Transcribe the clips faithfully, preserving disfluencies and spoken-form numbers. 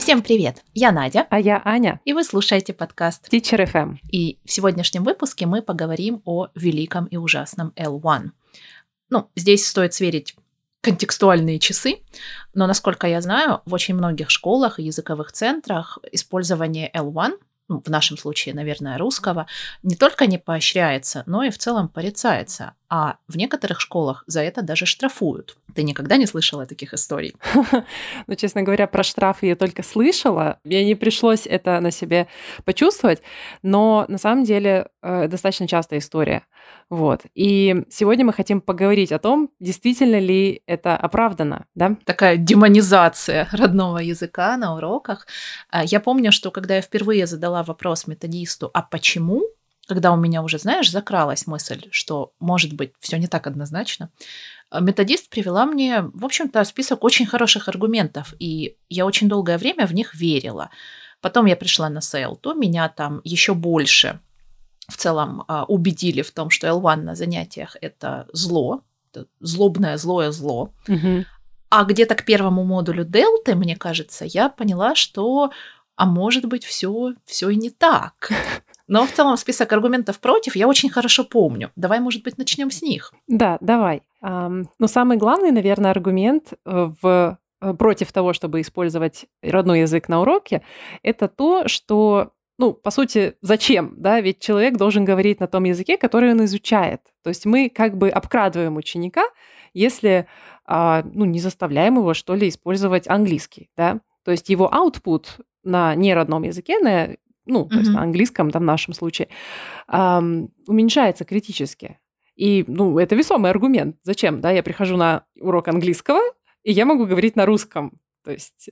Всем привет! Я Надя. А я Аня. И вы слушаете подкаст Teacher эф эм. И в сегодняшнем выпуске мы поговорим о великом и ужасном эл один. Ну, здесь стоит сверить контекстуальные часы, но, насколько я знаю, в очень многих школах и языковых центрах использование эл один, ну, в нашем случае, наверное, русского, не только не поощряется, но и в целом порицается. А в некоторых школах за это даже штрафуют. Ты никогда не слышала таких историй? Ну, честно говоря, про штрафы я только слышала. Мне не пришлось это на себе почувствовать, но на самом деле э, достаточно частая история. Вот. И сегодня мы хотим поговорить о том, действительно ли это оправдано, да? Такая демонизация родного языка на уроках. Я помню, что когда я впервые задала вопрос методисту, а почему, когда у меня уже, знаешь, закралась мысль, что, может быть, все не так однозначно, методист привела мне, в общем-то, список очень хороших аргументов, и я очень долгое время в них верила. Потом я пришла на СЭЛТу, меня там еще больше в целом убедили в том, что эл один на занятиях – это зло, это злобное, злое зло. Угу. А где-то к первому модулю Дельты, мне кажется, я поняла, что, а может быть, все, все и не так. Но в целом список аргументов против я очень хорошо помню. Давай, может быть, начнем с них. Да, давай. Но самый главный, наверное, аргумент в, против того, чтобы использовать родной язык на уроке, это то, что, ну, по сути, зачем, да? Ведь человек должен говорить на том языке, который он изучает. То есть мы как бы обкрадываем ученика, если, ну, не заставляем его, что ли, использовать английский, да? То есть его output на неродном языке, на ну, то есть mm-hmm. на английском, да, в нашем случае, эм, уменьшается критически. И, ну, это весомый аргумент. Зачем, да, я прихожу на урок английского, и я могу говорить на русском. То есть...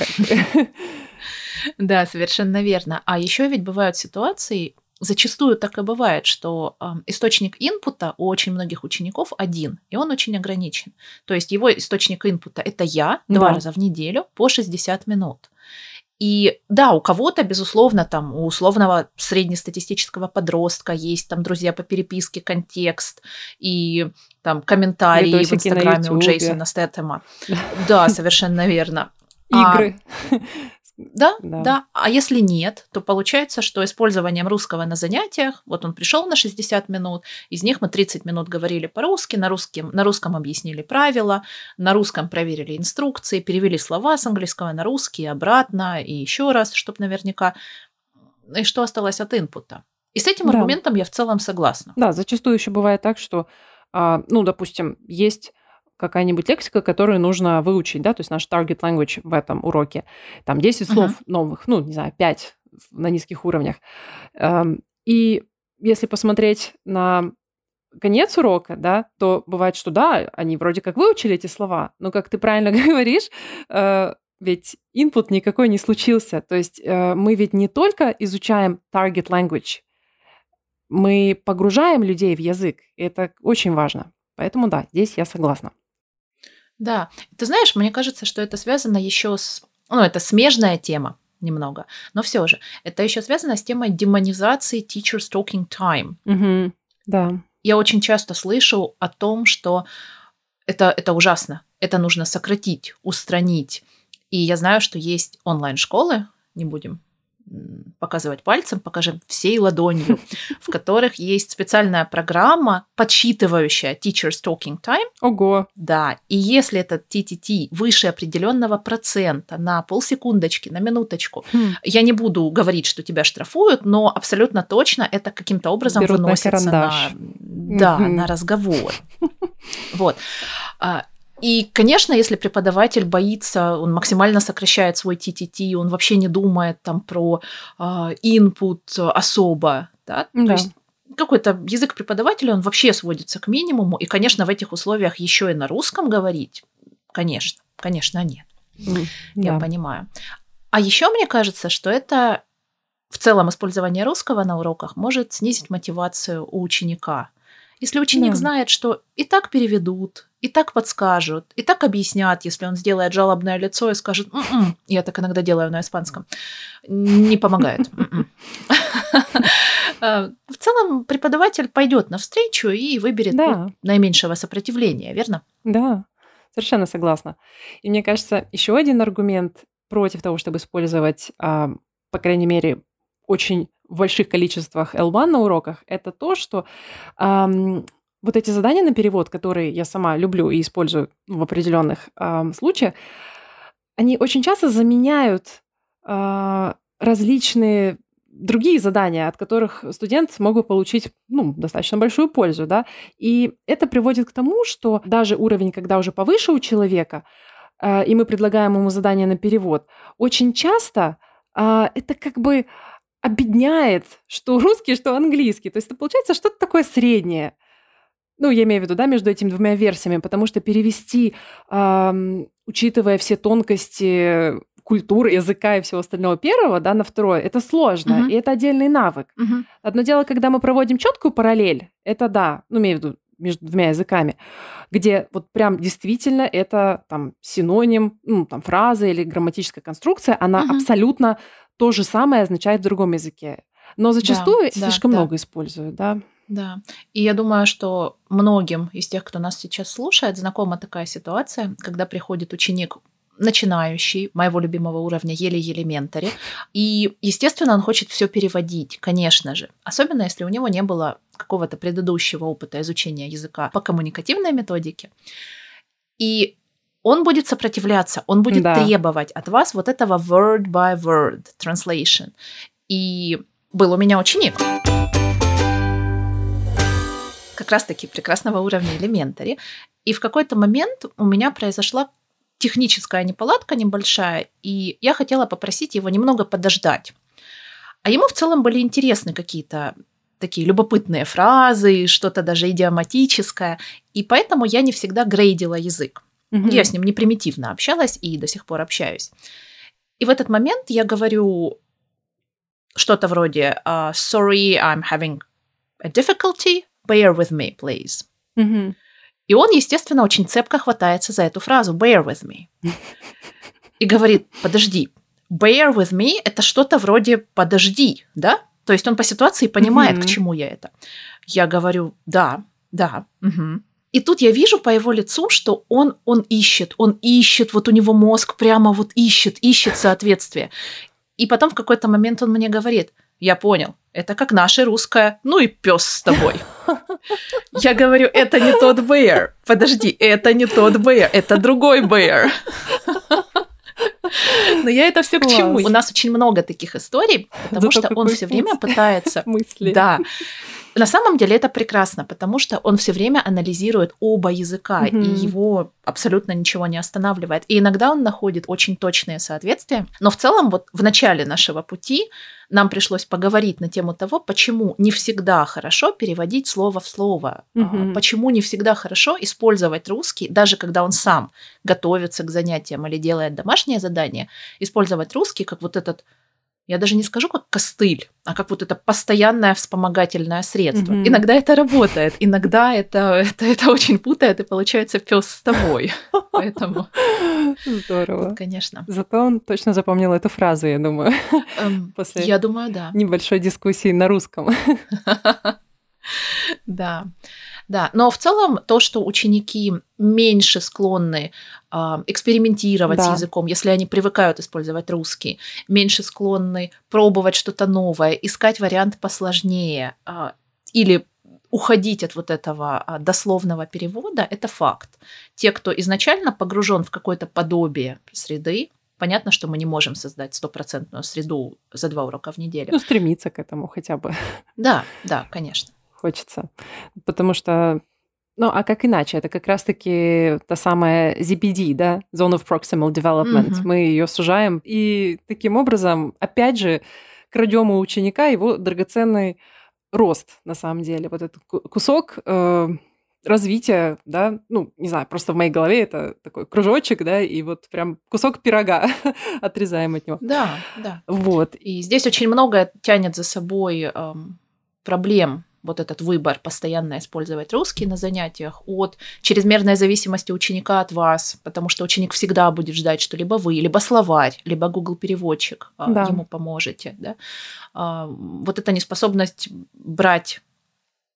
Да, совершенно верно. А еще ведь бывают ситуации, зачастую так и бывает, что источник инпута у очень многих учеников один, и он очень ограничен. То есть его источник инпута – это я два раза в неделю по шестьдесят минут. И да, у кого-то, безусловно, там, у условного среднестатистического подростка есть там друзья по переписке, контекст и там комментарии в Инстаграме у Джейсона Стэтэма. Да, совершенно верно. Игры. А, да, да, да. А если нет, то получается, что использованием русского на занятиях, вот он пришел на шестьдесят минут, из них мы тридцать минут говорили по-русски, на русском, на русском объяснили правила, на русском проверили инструкции, перевели слова с английского на русский и обратно, и еще раз, чтобы наверняка. И что осталось от инпута? И с этим да. аргументом я в целом согласна. Да, зачастую еще бывает так, что, ну, допустим, есть какая-нибудь лексика, которую нужно выучить, да, то есть наш target language в этом уроке. Там десять слов uh-huh. новых, ну, не знаю, пять на низких уровнях. И если посмотреть на конец урока, да, то бывает, что да, они вроде как выучили эти слова, но, как ты правильно говоришь, ведь input никакой не случился. То есть мы ведь не только изучаем target language, мы погружаем людей в язык, и это очень важно. Поэтому да, здесь я согласна. Да, ты знаешь, мне кажется, что это связано еще с... Ну, это смежная тема немного, но все же. Это еще связано с темой демонизации teacher's talking time. Угу, да. Я очень часто слышу о том, что это, это ужасно, это нужно сократить, устранить. И я знаю, что есть онлайн-школы, не будем показывать пальцем, покажем всей ладонью, в которых есть специальная программа, подсчитывающая teacher's talking time. Ого! Да, и если этот ти ти ти выше определенного процента на полсекундочки, на минуточку, хм. я не буду говорить, что тебя штрафуют, но абсолютно точно это каким-то образом берут выносится на, на, да, на разговор. Вот. И, конечно, если преподаватель боится, он максимально сокращает свой ти ти ти, он вообще не думает там про инпут э, особо, да? Да. То есть какой-то язык преподавателя, он вообще сводится к минимуму, и, конечно, в этих условиях еще и на русском говорить, конечно, конечно, нет. Mm, Я да. понимаю. А еще мне кажется, что это в целом использование русского на уроках может снизить мотивацию у ученика. Если ученик да. знает, что и так переведут, и так подскажут, и так объяснят, если он сделает жалобное лицо и скажет «м-м», я так иногда делаю на испанском, не помогает. В целом преподаватель пойдет навстречу и выберет да. наименьшего сопротивления, верно? Да, совершенно согласна. И мне кажется, еще один аргумент против того, чтобы использовать, а, по крайней мере, очень в больших количествах эл один на уроках, это то, что ам, вот эти задания на перевод, которые я сама люблю и использую в определенных ам, случаях, они очень часто заменяют а, различные другие задания, от которых студент мог бы получить, ну, достаточно большую пользу, да. И это приводит к тому, что даже уровень, когда уже повыше у человека, а, и мы предлагаем ему задание на перевод, очень часто а, это как бы обедняет что русский, что английский. То есть это получается что-то такое среднее. Ну, я имею в виду, да, между этими двумя версиями, потому что перевести, ам, учитывая все тонкости культуры, языка и всего остального первого, да, на второе, это сложно, Мгм. и это отдельный навык. Мгм. Одно дело, когда мы проводим четкую параллель, это да, ну, имею в виду между двумя языками, где вот прям действительно это там синоним, ну, там фраза или грамматическая конструкция, она Мгм. абсолютно то же самое означает в другом языке. Но Да, зачастую да, слишком да. много используют, да. Да. И я думаю, что многим из тех, кто нас сейчас слушает, знакома такая ситуация, когда приходит ученик начинающий, моего любимого уровня, еле-еле ментори, и, естественно, он хочет все переводить, конечно же, особенно если у него не было какого-то предыдущего опыта изучения языка по коммуникативной методике. И он будет сопротивляться, он будет Да. требовать от вас вот этого word by word translation. И был у меня ученик, как раз-таки прекрасного уровня элементари. И в какой-то момент у меня произошла техническая неполадка небольшая, и я хотела попросить его немного подождать. А ему в целом были интересны какие-то такие любопытные фразы, что-то даже идиоматическое, и поэтому я не всегда грейдила язык. Мгм. Я с ним не примитивно общалась и до сих пор общаюсь. И в этот момент я говорю что-то вроде uh, «Sorry, I'm having a difficulty. Bear with me, please». Мгм. И он, естественно, очень цепко хватается за эту фразу «bear with me». И говорит: подожди, bear with me – это что-то вроде «подожди», да? То есть он по ситуации понимает, Мгм. к чему я это. Я говорю: да, да. Мгм. И тут я вижу по его лицу, что он, он ищет, он ищет, вот у него мозг прямо вот ищет, ищет соответствие. И потом в какой-то момент он мне говорит: я понял, это как наше русское, ну и пес с тобой. Я говорю: это не тот bear. Подожди, это не тот bear, это другой bear. Но я это все к чему? Класс. У нас очень много таких историй, потому Зато что он какой все время вкус пытается. мысли. Да. На самом деле это прекрасно, потому что он все время анализирует оба языка, и Мгм. его абсолютно ничего не останавливает. И иногда он находит очень точные соответствия. Но в целом вот в начале нашего пути нам пришлось поговорить на тему того, почему не всегда хорошо переводить слово в слово, а, Мгм. почему не всегда хорошо использовать русский, даже когда он сам готовится к занятиям или делает домашнее задание, использовать русский как вот этот, я даже не скажу как костыль, а как вот это постоянное вспомогательное средство. Мгм. Иногда это работает, иногда это, это, это очень путает, и получается пес с тобой. Поэтому, Здорово. тут, конечно, Зато он точно запомнил эту фразу, я думаю, эм, после я думаю, да. небольшой дискуссии на русском. Да, да. Но в целом то, что ученики меньше склонны а, экспериментировать с Да. языком, если они привыкают использовать русский, меньше склонны пробовать что-то новое, искать вариант посложнее а, или уходить от вот этого а, дословного перевода, это факт. Те, кто изначально погружен в какое-то подобие среды, понятно, что мы не можем создать стопроцентную среду за два урока в неделю. Ну, стремиться к этому хотя бы Да, да, конечно. хочется. Потому что, ну, а как иначе? Это как раз-таки та самая зет пи ди, да, Zone of Proximal Development. Мгм. Мы ее сужаем, и таким образом, опять же, крадем у ученика его драгоценный рост, на самом деле. Вот этот ку- кусок э, развития, да, ну, не знаю, просто в моей голове это такой кружочек, да, и вот прям кусок пирога отрезаем от него. Да, да. Вот. И здесь очень многое тянет за собой эм, проблем, вот этот выбор постоянно использовать русский на занятиях, от чрезмерной зависимости ученика от вас, потому что ученик всегда будет ждать, что либо вы, либо словарь, либо Google переводчик а, Да. ему поможете. Да? А, вот эта неспособность брать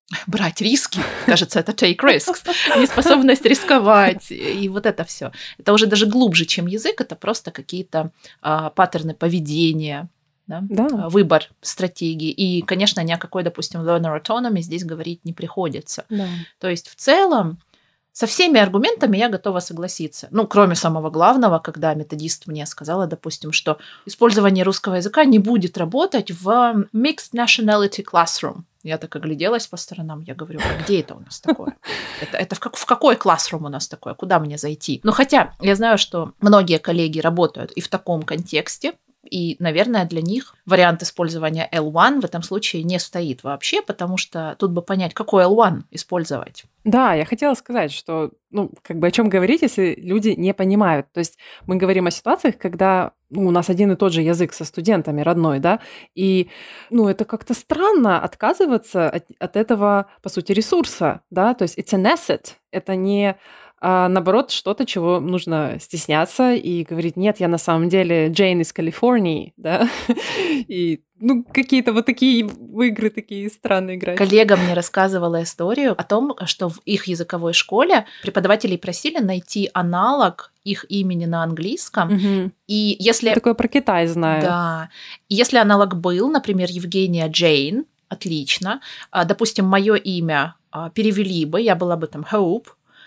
брать риски, кажется, это take risks, неспособность рисковать, и вот это все. Это уже даже глубже, чем язык, это просто какие-то а, паттерны поведения, да? Да. Выбор стратегии. И, конечно, ни о какой, допустим, learner autonomy здесь говорить не приходится. Да. То есть в целом со всеми аргументами я готова согласиться. Ну, кроме самого главного, когда методист мне сказала, допустим, что использование русского языка не будет работать в mixed nationality classroom. Я так огляделась по сторонам, я говорю, а где это у нас такое? Это, это в, как, в какой классрум у нас такое? Куда мне зайти? Ну, хотя я знаю, что многие коллеги работают и в таком контексте, и, наверное, для них вариант использования эл один в этом случае не стоит вообще, потому что тут бы понять, какой эл один использовать. Да, я хотела сказать, что, ну, как бы о чем говорить, если люди не понимают. То есть мы говорим о ситуациях, когда ну, у нас один и тот же язык со студентами родной, да, и, ну, это как-то странно отказываться от, от этого, по сути, ресурса, да, то есть it's an asset, это не а наоборот, что-то, чего нужно стесняться и говорить, нет, я на самом деле Джейн из Калифорнии, да, и ну, какие-то вот такие игры, такие странные играть. Коллега мне рассказывала историю о том, что в их языковой школе преподавателей просили найти аналог их имени на английском, Угу. и если... Я такое про Китай знаю. Да, и если аналог был, например, Евгения Джейн, отлично, допустим, мое имя перевели бы, я была бы там Hope.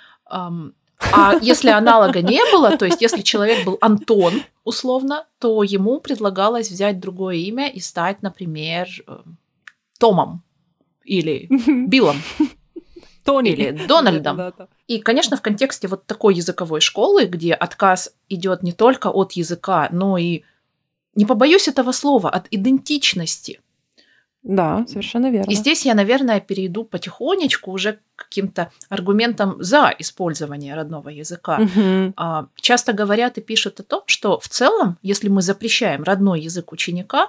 А если аналога не было, то есть если человек был Антон, условно, то ему предлагалось взять другое имя и стать, например, Томом или Биллом. Тони. Или Дональдом. И, конечно, в контексте вот такой языковой школы, где отказ идет не только от языка, но и, не побоюсь этого слова, от идентичности. Да, совершенно верно. И здесь я, наверное, перейду потихонечку уже к каким-то аргументам за использование родного языка. Угу. Часто говорят и пишут о том, что в целом, если мы запрещаем родной язык ученика,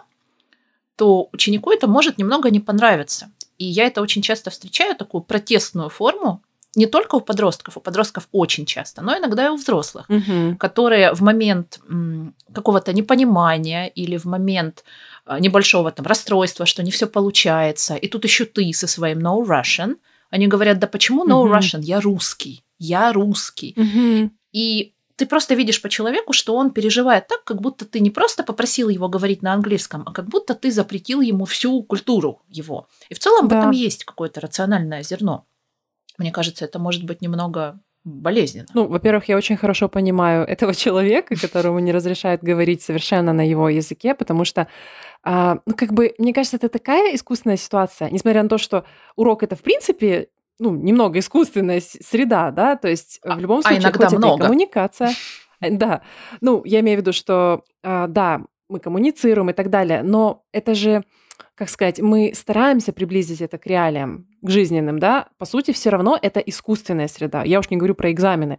то ученику это может немного не понравиться. И я это очень часто встречаю, такую протестную форму, не только у подростков, у подростков очень часто, но иногда и у взрослых, угу. которые в момент какого-то непонимания или в момент небольшого там расстройства, что не все получается, и тут еще ты со своим no Russian, они говорят, да почему no угу. Russian, я русский, я русский. Угу. И ты просто видишь по человеку, что он переживает так, как будто ты не просто попросил его говорить на английском, а как будто ты запретил ему всю культуру его. И в целом Да. в этом есть какое-то рациональное зерно. Мне кажется, это может быть немного болезненно. Ну, во-первых, я очень хорошо понимаю этого человека, которому не разрешают говорить совершенно на его языке, потому что, а, ну, как бы, мне кажется, это такая искусственная ситуация, несмотря на то, что урок это, в принципе, ну, немного искусственная среда, да, то есть в любом случае, а иногда хоть много. Это и коммуникация. Да, ну, я имею в виду, что, да, мы коммуницируем и так далее, но это же, как сказать, мы стараемся приблизить это к реалиям, к жизненным, да, по сути, все равно это искусственная среда. Я уж не говорю про экзамены.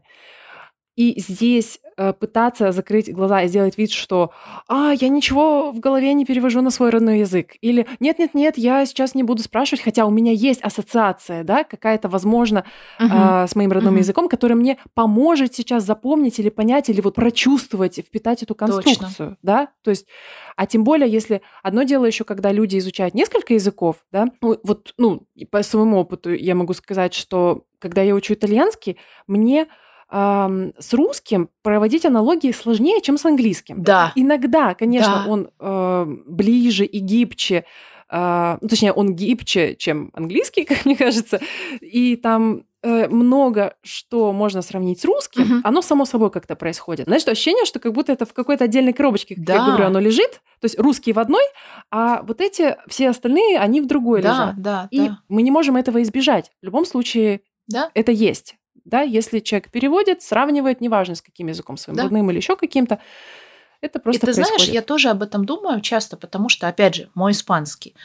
И здесь э, пытаться закрыть глаза и сделать вид, что «а, я ничего в голове не перевожу на свой родной язык», или «нет-нет-нет, я сейчас не буду спрашивать, хотя у меня есть ассоциация, да, какая-то, возможно, Мгм. э, с моим родным Мгм. языком, которая мне поможет сейчас запомнить или понять, или вот прочувствовать, впитать эту конструкцию», да, то есть, а тем более, если одно дело еще, когда люди изучают несколько языков, да, ну, вот, ну, по своему опыту я могу сказать, что когда я учу итальянский, мне ам, с русским проводить аналогии сложнее, чем с английским. Да. Иногда, конечно, Да. он э, ближе и гибче, э, ну, точнее, он гибче, чем английский, как мне кажется, и там э, много что можно сравнить с русским, Мгм. оно само собой как-то происходит. Знаешь, что ощущение, что как будто это в какой-то отдельной коробочке, как я Да. говорю, оно лежит, то есть русский в одной, а вот эти все остальные, они в другой Да, лежат. да, И да. мы не можем этого избежать. В любом случае, Да. это есть. Да, если человек переводит, сравнивает, неважно с каким языком, своим Да. родным или еще каким-то, это И просто ты происходит. знаешь, я тоже об этом думаю часто, потому что, опять же, мой испанский.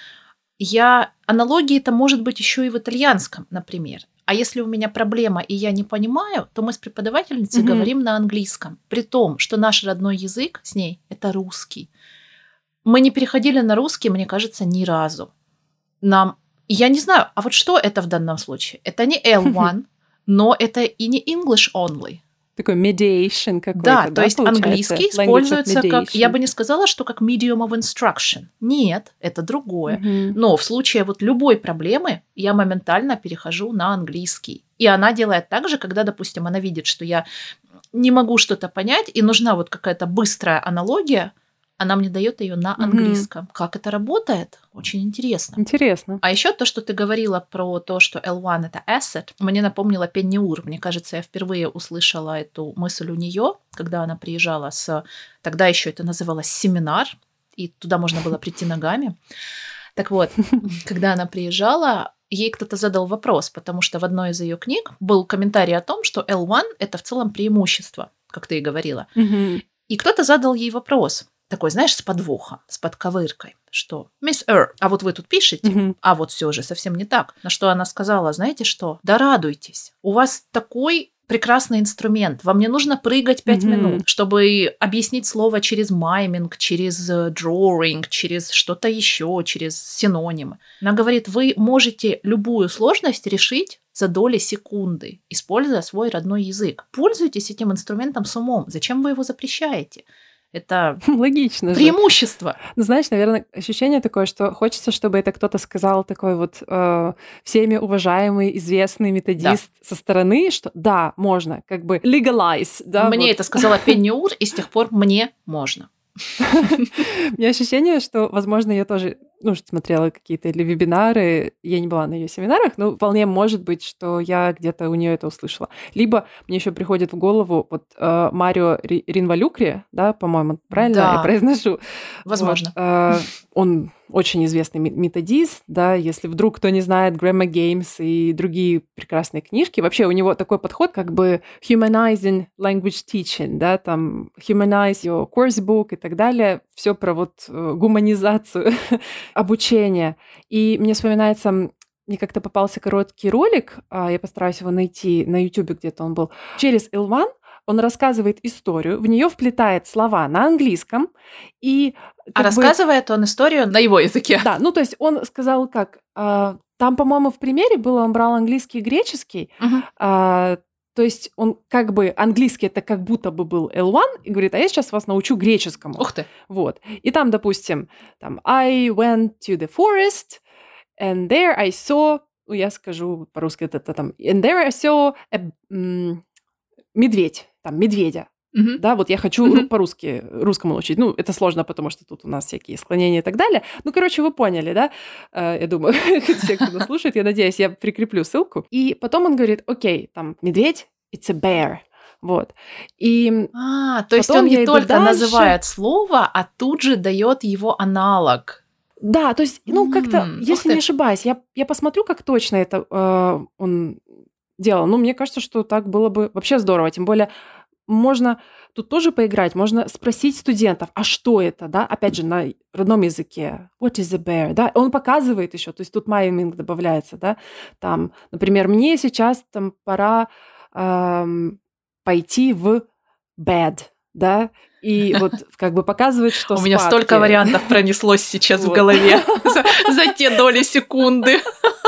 Я аналогии-то может быть еще и в итальянском, например. А если у меня проблема, и я не понимаю, то мы с преподавательницей Мгм. говорим на английском. При том, что наш родной язык с ней – это русский. Мы не переходили на русский, мне кажется, ни разу. Нам... Я не знаю, а вот что это в данном случае? Это не эл один, но это и не English only. Такой mediation какой-то, да, да, то есть получается? английский Language of используется как, mediation. я бы не сказала, что как medium of instruction. Нет, это другое. Мгм. Но в случае вот любой проблемы я моментально перехожу на английский. И она делает так же, когда, допустим, она видит, что я не могу что-то понять, и нужна вот какая-то быстрая аналогия, она мне дает ее на Мгм. английском. Как это работает? Очень интересно. Интересно. А еще то, что ты говорила про то, что эл один это asset, мне напомнило Пенни Ур. Мне кажется, я впервые услышала эту мысль у нее, когда она приезжала с... Тогда еще это называлось семинар, и туда можно было прийти ногами. Так вот, когда она приезжала, ей кто-то задал вопрос, потому что в одной из ее книг был комментарий о том, что эл один это в целом преимущество, как ты и говорила. Мгм. И кто-то задал ей вопрос, такой, знаешь, с подвохом, с подковыркой, что «Мисс Эр, а вот вы тут пишете, Мгм. а вот все же совсем не так». На что она сказала, знаете что, да радуйтесь, у вас такой прекрасный инструмент, вам не нужно прыгать пять Мгм. минут, чтобы объяснить слово через майминг, через э, drawing, через что-то еще, через синонимы. Она говорит, вы можете любую сложность решить за доли секунды, используя свой родной язык. Пользуйтесь этим инструментом с умом. Зачем вы его запрещаете? Это Логично же. преимущество. Ну, знаешь, наверное, ощущение такое, что хочется, чтобы это кто-то сказал такой вот э, всеми уважаемый, известный методист со стороны, что да, можно, как бы legalize, да, Мне вот. это сказала Пенни Ур, и с тех пор мне можно. У меня ощущение, что, возможно, я тоже, ну, что смотрела какие-то или вебинары, я не была на ее семинарах, но вполне может быть, что я где-то у нее это услышала. Либо мне еще приходит в голову вот э, Марио Ри- Ринвалюкри, да, по-моему, правильно Да. я произношу? Возможно. Вот, э, он очень известный ме- методист, да, если вдруг кто не знает Grammar Games и другие прекрасные книжки, вообще у него такой подход, как бы humanizing language teaching, да, там humanize your course book и так далее, все про вот э, гуманизацию обучения. И мне вспоминается, м, мне как-то попался короткий ролик, а, я постараюсь его найти, на YouTube где-то он был, через эл один он рассказывает историю, в нее вплетает слова на английском и А как бы- рассказывает он историю на его языке. да, ну то есть он сказал как, а, там, по-моему, в примере было, он брал английский и греческий, Мгм. а, то есть он как бы, английский это как будто бы был эл один, и говорит, а я сейчас вас научу греческому. Ух ты. Вот. И там, допустим, там I went to the forest, and there I saw, ну, я скажу по-русски, это, это там, and there I saw a, м, медведь, там, медведя. Мгм. Да, вот я хочу Мгм. ру- по-русски, русскому научить. Ну, это сложно, потому что тут у нас всякие склонения и так далее. Ну, короче, вы поняли, да? Э, Я думаю, все, кто нас слушает, я надеюсь, я прикреплю ссылку. И потом он говорит, окей, там, медведь, it's a bear. Вот. И А, то есть Потом он я не иду только дальше. называет слово, а тут же дает его аналог. да, то есть, ну, как-то, М, ух если ты. не ошибаюсь, я, я посмотрю, как точно это э, он делал. Ну, мне кажется, что так было бы вообще здорово. Тем более, можно тут тоже поиграть, можно спросить студентов, а что это, да, опять же, на родном языке. What is a bear, да, он показывает еще, то есть тут майминг добавляется, да, там, например, мне сейчас там пора эм, пойти в bed, да, и вот как бы показывает, что У меня спадки. столько вариантов пронеслось сейчас в Вот. голове за, за те доли секунды.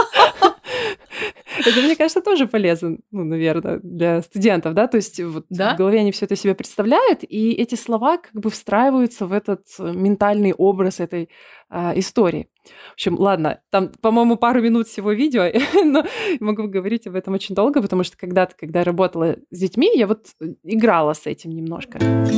Это, мне кажется, тоже полезно, ну, наверное, для студентов, да, то есть вот Да? в голове они все это себе представляют, и эти слова как бы встраиваются в этот э, ментальный образ этой а, истории. В общем, ладно, там, по-моему, пару минут всего видео, но могу говорить об этом очень долго, потому что когда-то, когда я работала с детьми, я вот играла с этим немножко.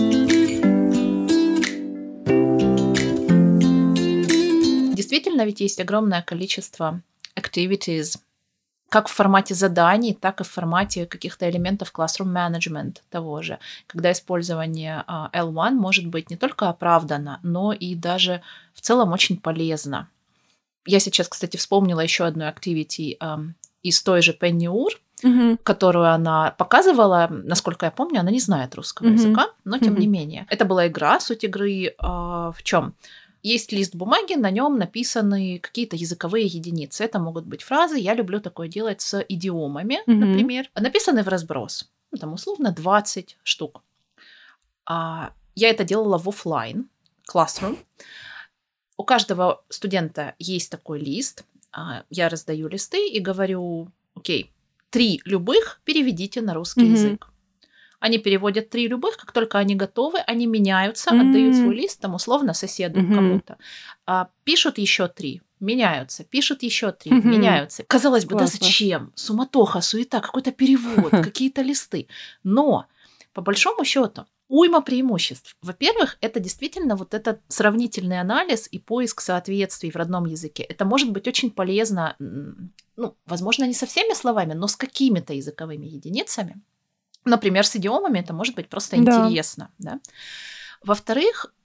Действительно, ведь есть огромное количество activities, как в формате заданий, так и в формате каких-то элементов classroom management того же, когда использование а, эл один может быть не только оправдано, но и даже в целом очень полезно. Я сейчас, кстати, вспомнила еще одну activity ам, из той же Пенни Ур, Мгм. которую она показывала, насколько я помню, она не знает русского Мгм. языка, но тем Мгм. не менее. Это была игра, суть игры а, в чем? Есть лист бумаги, на нем написаны какие-то языковые единицы. Это могут быть фразы. Я люблю такое делать с идиомами, Мгм. например. Написаны в разброс. Ну, там условно двадцать штук. А, я это делала в офлайн, classroom. У каждого студента есть такой лист. А, я раздаю листы и говорю, окей, три любых переведите на русский Мгм. язык. Они переводят три любых, как только они готовы, они меняются, М. отдают свой лист, там, условно, соседу Мгм. кому-то. А, пишут еще три, меняются, пишут еще три, Мгм. меняются. Казалось бы, да Классно. зачем? Суматоха, суета, какой-то перевод, какие-то листы. Но, по большому счету, уйма преимуществ. Во-первых, это действительно вот этот сравнительный анализ и поиск соответствий в родном языке. Это может быть очень полезно, м, ну, возможно, не со всеми словами, но с какими-то языковыми единицами. Например, с идиомами это может быть просто Да. интересно. Да? Во-вторых,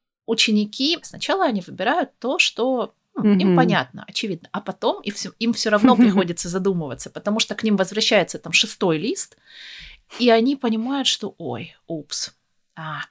ученики сначала они выбирают то, что ну, им Мгм. понятно, очевидно, а потом и всё- им все равно приходится задумываться, потому что к ним возвращается там шестой лист, и они понимают, что ой, упс. А,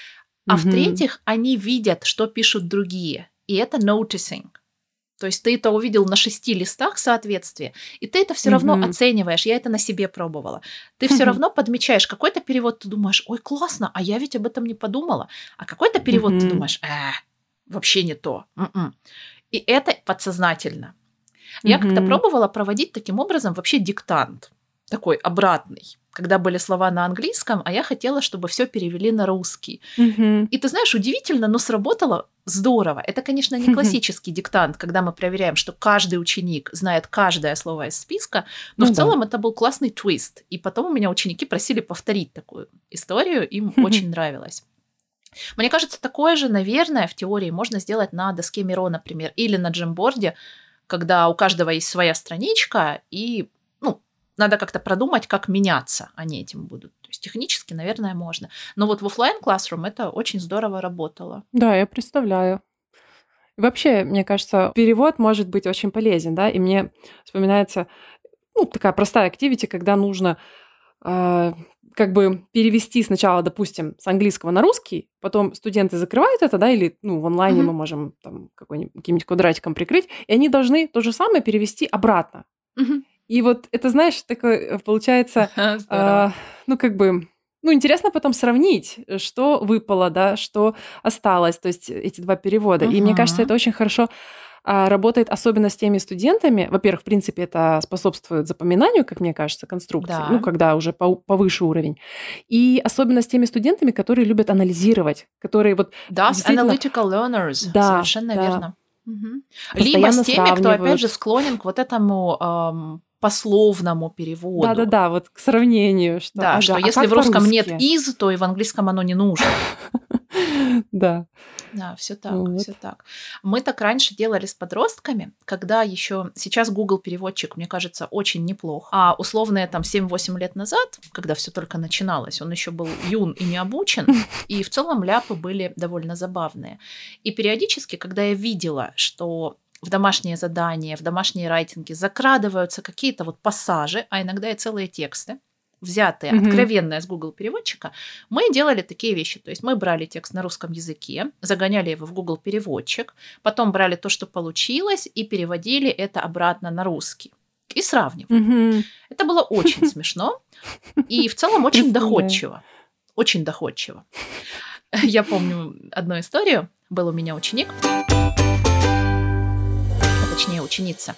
а Мгм. в-третьих, они видят, что пишут другие, и это noticing. То есть ты это увидел на шести листах соответствие, и ты это все равно Мгм. оцениваешь. Я это на себе пробовала. Ты все равно подмечаешь какой-то перевод, ты думаешь, ой, классно, а я ведь об этом не подумала. А какой-то перевод ты Мгм. думаешь, э, вообще не то. М-м. И это подсознательно. Я как-то Мгм. пробовала проводить таким образом вообще диктант, такой обратный, когда были слова на английском, а я хотела, чтобы все перевели на русский. Мгм. И ты знаешь, удивительно, но сработало здорово. Это, конечно, не классический диктант, когда мы проверяем, что каждый ученик знает каждое слово из списка, но Ну в да. целом это был классный твист. И потом у меня ученики просили повторить такую историю, им очень нравилось. Мне кажется, такое же, наверное, в теории можно сделать на доске Миро, например, или на джемборде, когда у каждого есть своя страничка, и ну, надо как-то продумать, как меняться они этим будут. То есть технически, наверное, можно. Но вот в оффлайн Classroom это очень здорово работало. Да, я представляю. Вообще, мне кажется, перевод может быть очень полезен, да, и мне вспоминается, ну, такая простая activity, когда нужно а, как бы перевести сначала, допустим, с английского на русский, потом студенты закрывают это, да, или ну, в онлайне мы Мгм. можем там какой-нибудь, каким-нибудь квадратиком прикрыть, и они должны то же самое перевести обратно. Мгм. И вот это, знаешь, такое э, получается, Здорово. а, ну, как бы, ну, интересно потом сравнить, э, что выпало, да, что осталось, то есть эти два перевода. И мне кажется, Мгм. это очень хорошо а, работает, особенно с теми студентами. Во-первых, в принципе, это способствует запоминанию, как мне кажется, конструкций, ну, Да. когда уже пау- повыше уровень. И особенно с теми студентами, которые любят анализировать, которые вот Да, с действительно, analytical learners. да, Совершенно да, верно. Мгм. Либо с постоянно теми, кто, опять же, сравнивают. склонен к вот этому ам, пословному переводу. Да-да-да, вот к сравнению, что, Да, ага, что а если как в русском нет по-русски? из, то и в английском оно не нужно. Да, Да, все так, вот. все так. Мы так раньше делали с подростками, когда еще сейчас Google переводчик, мне кажется, очень неплох. А условные там семь-восемь лет назад, когда все только начиналось, он еще был юн и не обучен, и в целом ляпы были довольно забавные. И периодически, когда я видела, что в домашние задания, в домашние райтинги закрадываются какие-то вот пассажи, а иногда и целые тексты, взятые Мгм. откровенно из Google переводчика, мы делали такие вещи. То есть мы брали текст на русском языке, загоняли его в Google переводчик, потом брали то, что получилось, и переводили это обратно на русский. И сравнивали. Мгм. Это было очень смешно и в целом очень Представляю. доходчиво. Очень доходчиво. Я помню одну историю. Был у меня ученик, а точнее ученица.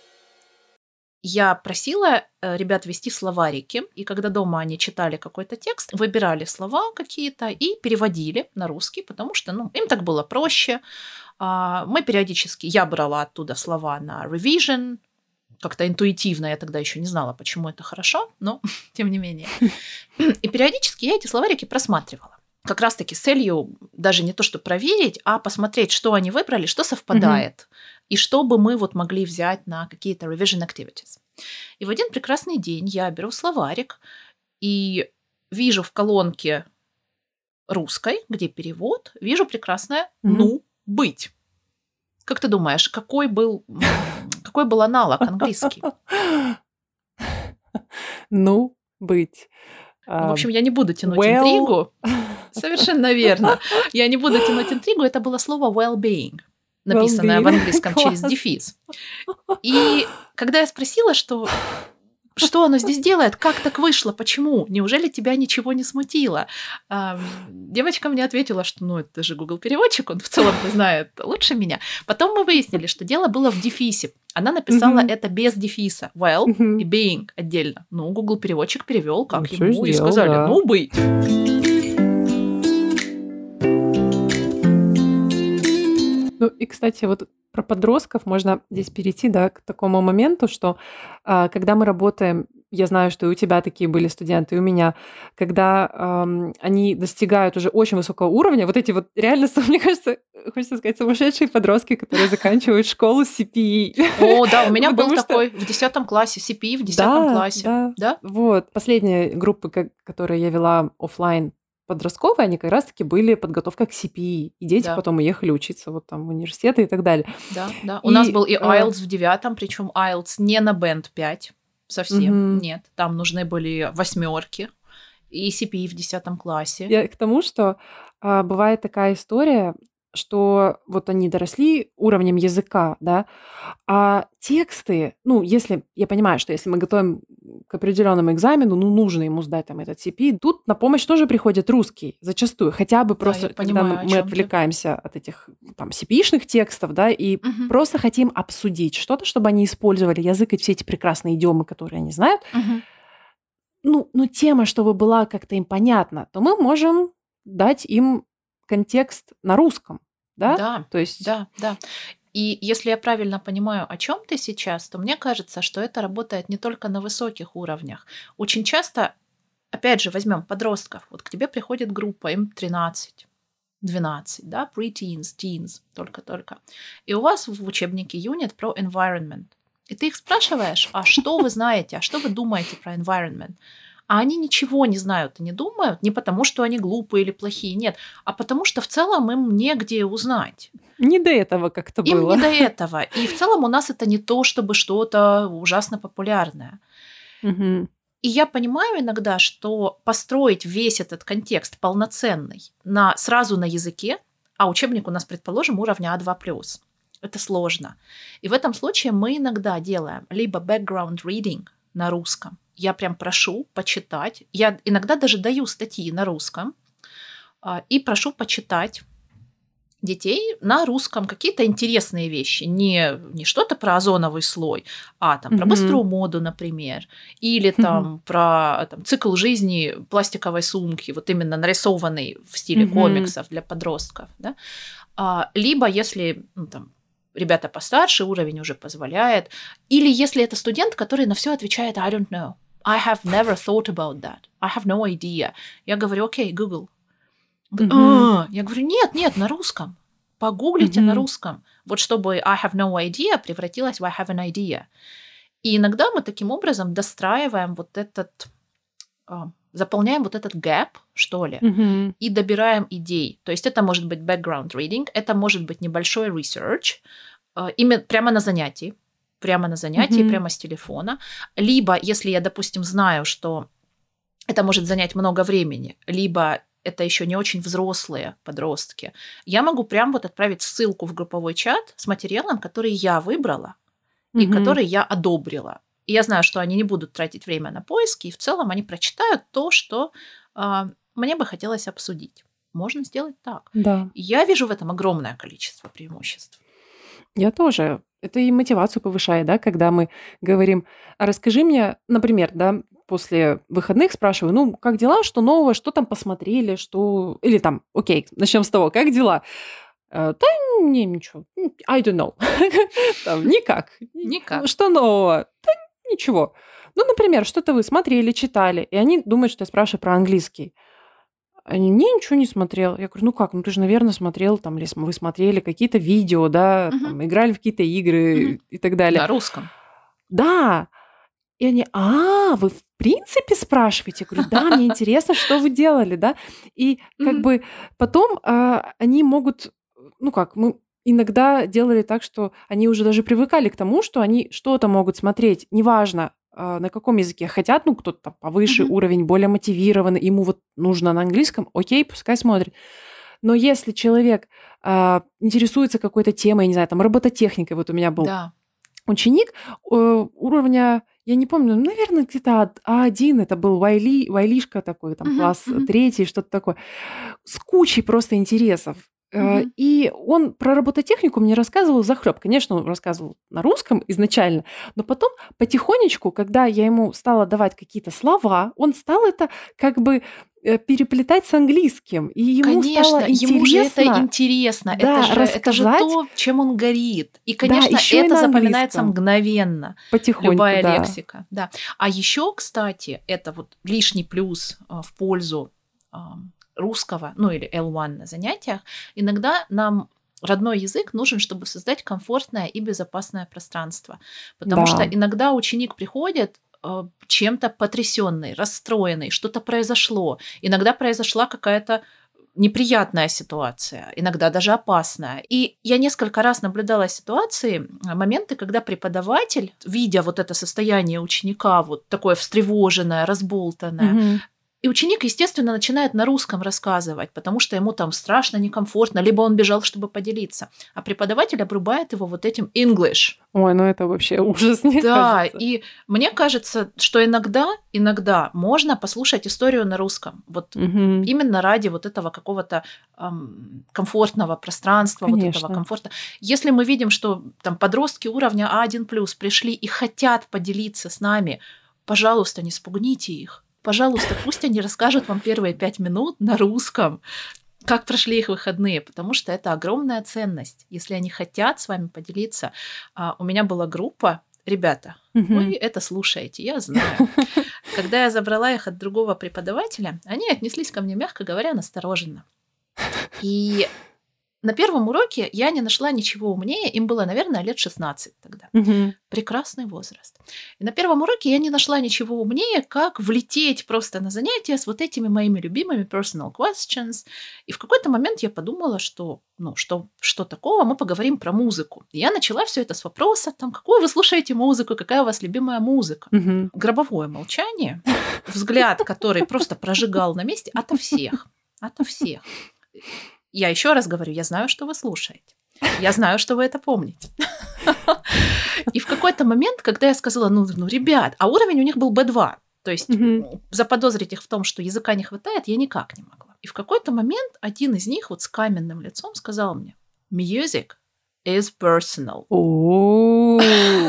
Я просила э, ребят вести словарики, и когда дома они читали какой-то текст, выбирали слова какие-то и переводили на русский, потому что ну, им так было проще. А, мы периодически, я брала оттуда слова на revision, как-то интуитивно, я тогда еще не знала, почему это хорошо, но тем не менее. И периодически я эти словарики просматривала. Как раз-таки с целью даже не то, что проверить, а посмотреть, что они выбрали, что совпадает, и что бы мы вот могли взять на какие-то revision activities. И в один прекрасный день я беру словарик и вижу в колонке русской, где перевод, вижу прекрасное Мгм. «ну, быть». Как ты думаешь, какой был, м, какой был аналог английский? Ну, быть. Ну, в А, общем, я не буду тянуть well. интригу. Совершенно верно. Я не буду тянуть интригу. Это было слово well-being, написанное в Well-being. английском через Класс. дефис. И когда я спросила, что что оно здесь делает? Как так вышло? Почему? Неужели тебя ничего не смутило? А, девочка мне ответила, что ну это же Google переводчик, он в целом знает лучше меня. Потом мы выяснили, что дело было в дефисе. Она написала mm-hmm. это без дефиса. Well mm-hmm. и being отдельно. Ну, Google переводчик перевел, как ну, ему, и сделал, сказали, да. ну, быть. Ну и, кстати, вот про подростков можно здесь перейти, да, к такому моменту, что а, когда мы работаем, я знаю, что и у тебя такие были студенты, и у меня, когда эм, они достигают уже очень высокого уровня, вот эти вот реально, мне кажется, хочется сказать, сумасшедшие подростки, которые заканчивают школу си пи и. О, да, у меня был такой в десятом классе, си пи и в десятом классе. Да, да. Вот, последние группы, которые я вела офлайн, подростковые, они как раз-таки были подготовка к си пи и. И дети да. потом уехали учиться вот там в университеты и так далее. Да, да. И, у нас был и айлтс э... в девятом, причем айлтс не на бенд пять совсем, угу. нет. Там нужны были восьмерки и си пи и в десятом классе. Я к тому, что а, бывает такая история, что вот они доросли уровнем языка, да, а тексты, ну, если, я понимаю, что если мы готовим к определенному экзамену, ну, нужно ему сдать там этот си пи, тут на помощь тоже приходит русский, зачастую, хотя бы просто, да, когда понимаю, мы, мы отвлекаемся ты. от этих там си пи и-шных текстов, да, и угу. просто хотим обсудить что-то, чтобы они использовали язык и все эти прекрасные идиомы, которые они знают, угу. ну, ну, тема, чтобы была как-то им понятна, то мы можем дать им контекст на русском, да? Да, то есть... да, да. И если я правильно понимаю, о чем ты сейчас, то мне кажется, что это работает не только на высоких уровнях. Очень часто, опять же, возьмем подростков. Вот к тебе приходит группа, им тринадцать, двенадцать, да, pre-teens, teens, только-только. И у вас в учебнике юнит про environment. И ты их спрашиваешь, а что вы знаете, а что вы думаете про environment? А они ничего не знают и не думают, не потому, что они глупые или плохие, нет, а потому что в целом им негде узнать. Не до этого как-то им было. Им не до этого. И в целом у нас это не то, чтобы что-то ужасно популярное. Угу. И я понимаю иногда, что построить весь этот контекст полноценный на, сразу на языке, а учебник у нас, предположим, уровня а два плюс, это сложно. И в этом случае мы иногда делаем либо background reading на русском, я прям прошу почитать. Я иногда даже даю статьи на русском а, и прошу почитать детей на русском какие-то интересные вещи. Не, не что-то про озоновый слой, а там, mm-hmm. про быструю моду, например. Или там, mm-hmm. про там, цикл жизни пластиковой сумки, вот именно нарисованный в стиле mm-hmm. комиксов для подростков. Да? А, либо если... Ну, там, ребята постарше, уровень уже позволяет. Или если это студент, который на все отвечает I don't know. I have never thought about that. I have no idea. Я говорю, окей, okay, Google. Mm-hmm. Я говорю, нет, нет, на русском. Погуглите mm-hmm. на русском. Вот чтобы I have no idea превратилось в I have an idea. И иногда мы таким образом достраиваем вот этот, заполняем вот этот gap, что ли, mm-hmm. и добираем идей. То есть это может быть background reading, это может быть небольшой research, именно прямо на занятии. прямо на занятии, mm-hmm. прямо с телефона. Либо, если я, допустим, знаю, что это может занять много времени, либо это еще не очень взрослые подростки, я могу прямо вот отправить ссылку в групповой чат с материалом, который я выбрала mm-hmm. и который я одобрила. И я знаю, что они не будут тратить время на поиски, и в целом они прочитают то, что э, мне бы хотелось обсудить. Можно сделать так. Да. Я вижу в этом огромное количество преимуществ. Я тоже. Это и мотивацию повышает, да, когда мы говорим, а расскажи мне, например, да, после выходных спрашиваю, ну, как дела, что нового, что там посмотрели, что... Или там, окей, начнем с того, как дела? Да не, ничего, I don't know. Там, никак. Никак. Что нового? Да ничего. Ну, например, что-то вы смотрели, читали, и они думают, что я спрашиваю про английский. Они, не, ничего не смотрел. Я говорю, ну как, ну ты же, наверное, смотрел, там, или вы смотрели какие-то видео, да, Мгм. там, играли в какие-то игры Мгм. и так далее. На русском. Да. И они, а, вы в принципе спрашиваете? Я говорю, да, мне интересно, что вы делали, да. И как Мгм. бы потом а, они могут, ну как, мы иногда делали так, что они уже даже привыкали к тому, что они что-то могут смотреть, неважно, а, на каком языке хотят, ну кто-то там повыше Мгм. уровень, более мотивированный, ему вот нужно на английском, окей, пускай смотрит. Но если человек а, интересуется какой-то темой, я не знаю, там робототехникой, вот у меня был Да. ученик э, уровня я не помню, ну, наверное, где-то А один, это был Вайли, Вайлишка такой, там, Мгм, класс мгм, третий, что-то такое, с кучей просто интересов. Э, мгм. И он про робототехнику мне рассказывал захлеб. Конечно, он рассказывал на русском изначально, но потом потихонечку, когда я ему стала давать какие-то слова, он стал это как бы э, переплетать с английским, и ему стало Конечно, ему же это интересно, интересно, это да, же это же рассказать, то, чем он горит. И, да, конечно, еще и это на запоминается английском, мгновенно, потихоньку, любая да. лексика, да. А еще, кстати, это вот лишний плюс а, в пользу ам, русского, ну или эл один на занятиях. Иногда нам родной язык нужен, чтобы создать комфортное и безопасное пространство. Потому что Да. иногда ученик приходит э, чем-то потрясенный, расстроенный, что-то произошло. Иногда произошла какая-то неприятная ситуация, иногда даже опасная. И я несколько раз наблюдала ситуации, а, моменты, когда преподаватель, видя вот это состояние ученика, вот такое встревоженное, разболтанное, Мгм. и ученик, естественно, начинает на русском рассказывать, потому что ему там страшно, некомфортно, либо он бежал, чтобы поделиться. А преподаватель обрубает его вот этим English. Ой, ну это вообще ужас, мне Да, кажется. и мне кажется, что иногда, иногда можно послушать историю на русском. Вот Мгм. именно ради вот этого какого-то ам, комфортного пространства, вот этого Конечно. комфорта. Если мы видим, что там подростки уровня А один плюс пришли и хотят поделиться с нами, пожалуйста, не спугните их. Пожалуйста, пусть они расскажут вам первые пять минут на русском, как прошли их выходные, потому что это огромная ценность. Если они хотят с вами поделиться. А, У меня была группа, ребята, Мгм. вы это слушаете, я знаю. Когда я забрала их от другого преподавателя, они отнеслись ко мне, мягко говоря, настороженно. И на первом уроке я не нашла ничего умнее, им было, наверное, лет шестнадцать тогда. Мгм. Прекрасный возраст. И на первом уроке я не нашла ничего умнее, как влететь просто на занятия с вот этими моими любимыми personal questions. И в какой-то момент я подумала, что, ну, что, что такого, мы поговорим про музыку. И я начала все это с вопроса, там, какую вы слушаете музыку, какая у вас любимая музыка. Мгм. Гробовое молчание, взгляд, который просто прожигал на месте ото всех, ото всех. Я еще раз говорю, я знаю, что вы слушаете. Я знаю, что вы это помните. И в какой-то момент, когда я сказала, ну, ну, ребят, а уровень у них был бэ два, то есть Мгм. м, заподозрить их в том, что языка не хватает, я никак не могла. И в какой-то момент один из них вот с каменным лицом сказал мне, music is personal. О.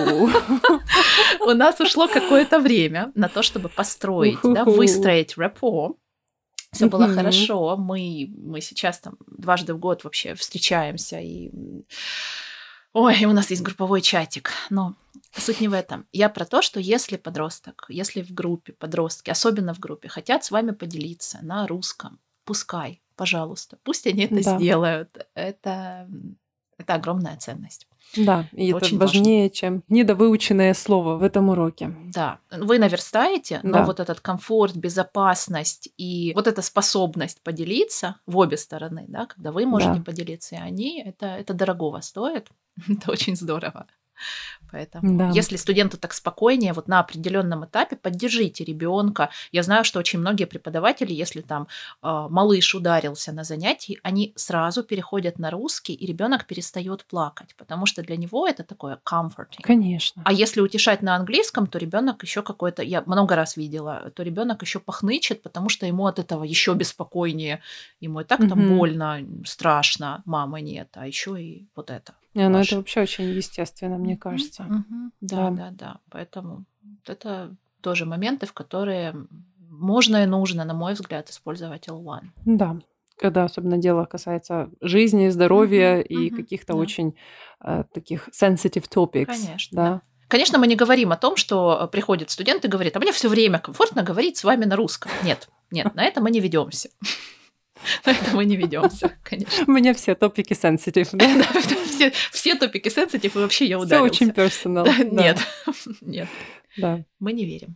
У нас ушло какое-то время на то, чтобы построить, да, Уху-ху. выстроить рэпо. Все было Мгм. хорошо. Мы, мы сейчас там дважды в год вообще встречаемся. И... м, Ой, и у нас есть групповой чатик. Но суть не в этом. Я про то, что если подросток, если в группе подростки, особенно в группе, хотят с вами поделиться на русском, пускай, пожалуйста, пусть они это Да. сделают. Это, м, это огромная ценность. Да, и Это это очень важно. важнее, чем недовыученное слово в этом уроке. Да, вы наверстаете, но Да. вот этот комфорт, безопасность и вот эта способность поделиться в обе стороны, да, когда вы можете Да. поделиться, и они, это, это дорогого стоит, это очень здорово. Поэтому, Да. если студенту так спокойнее, вот на определенном этапе поддержите ребенка. Я знаю, что очень многие преподаватели, если там э, малыш ударился на занятии, они сразу переходят на русский, и ребенок перестает плакать, потому что для него это такое comforting. Конечно. А если утешать на английском, то ребенок еще какой-то, я много раз видела, то ребенок еще похнычет, потому что ему от этого еще беспокойнее. Ему и так там Мгм. больно, страшно, мамы нет, а еще и вот это. Не, ну это ваше. вообще очень естественно, мне Мгм, кажется. мгм. Да, Да. да, да. Поэтому вот это тоже моменты, в которые можно и нужно, на мой взгляд, использовать эл один. Да. Когда особенно дело касается жизни, здоровья Мгм, и мгм. каких-то Да, очень э, таких sensitive topics, конечно, да. да. Конечно, мы не говорим о том, что э, приходит студент и говорит, а мне все время комфортно говорить с вами на русском. Нет, нет, на это мы не ведемся. На это мы не ведемся, конечно. У меня все топики sensitive, да? Да, все, все топики sensitive, и вообще я Все очень ударился. personal. Да, Да. нет, нет, Да. мы не верим.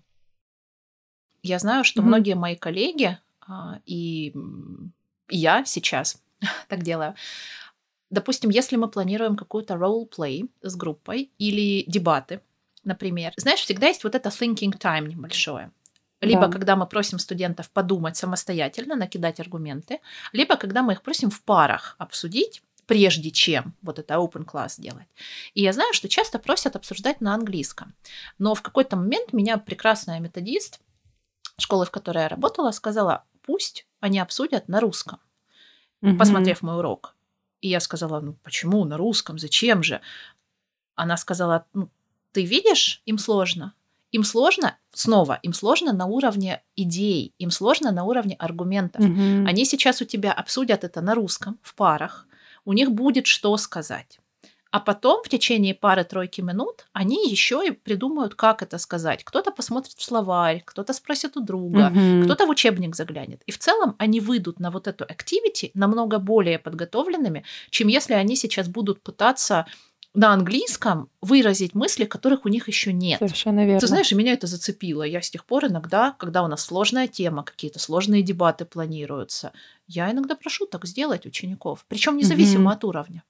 Я знаю, что Мгм. многие мои коллеги а, и м, и я сейчас так делаю. Допустим, если мы планируем какую-то role-play с группой или дебаты, например, знаешь, всегда есть вот это thinking time небольшое. Либо Да. когда мы просим студентов подумать самостоятельно, накидать аргументы, либо когда мы их просим в парах обсудить прежде чем вот это open class делать. И я знаю, что часто просят обсуждать на английском. Но в какой-то момент меня прекрасная методист школы, в которой я работала, сказала, пусть они обсудят на русском, mm-hmm. посмотрев мой урок. И я сказала, ну почему на русском, зачем же? Она сказала, ну, ты видишь, им сложно. Им сложно, снова, им сложно на уровне идей, им сложно на уровне аргументов. Mm-hmm. Они сейчас у тебя обсудят это на русском, в парах, у них будет что сказать. А потом в течение пары-тройки минут они еще и придумают, как это сказать. Кто-то посмотрит в словарь, кто-то спросит у друга, mm-hmm. кто-то в учебник заглянет. И в целом они выйдут на вот эту activity намного более подготовленными, чем если они сейчас будут пытаться на английском выразить мысли, которых у них еще нет. Совершенно верно. Ты знаешь, и меня это зацепило. Я с тех пор иногда, когда у нас сложная тема, какие-то сложные дебаты планируются, я иногда прошу так сделать учеников, причем независимо mm-hmm. от уровня.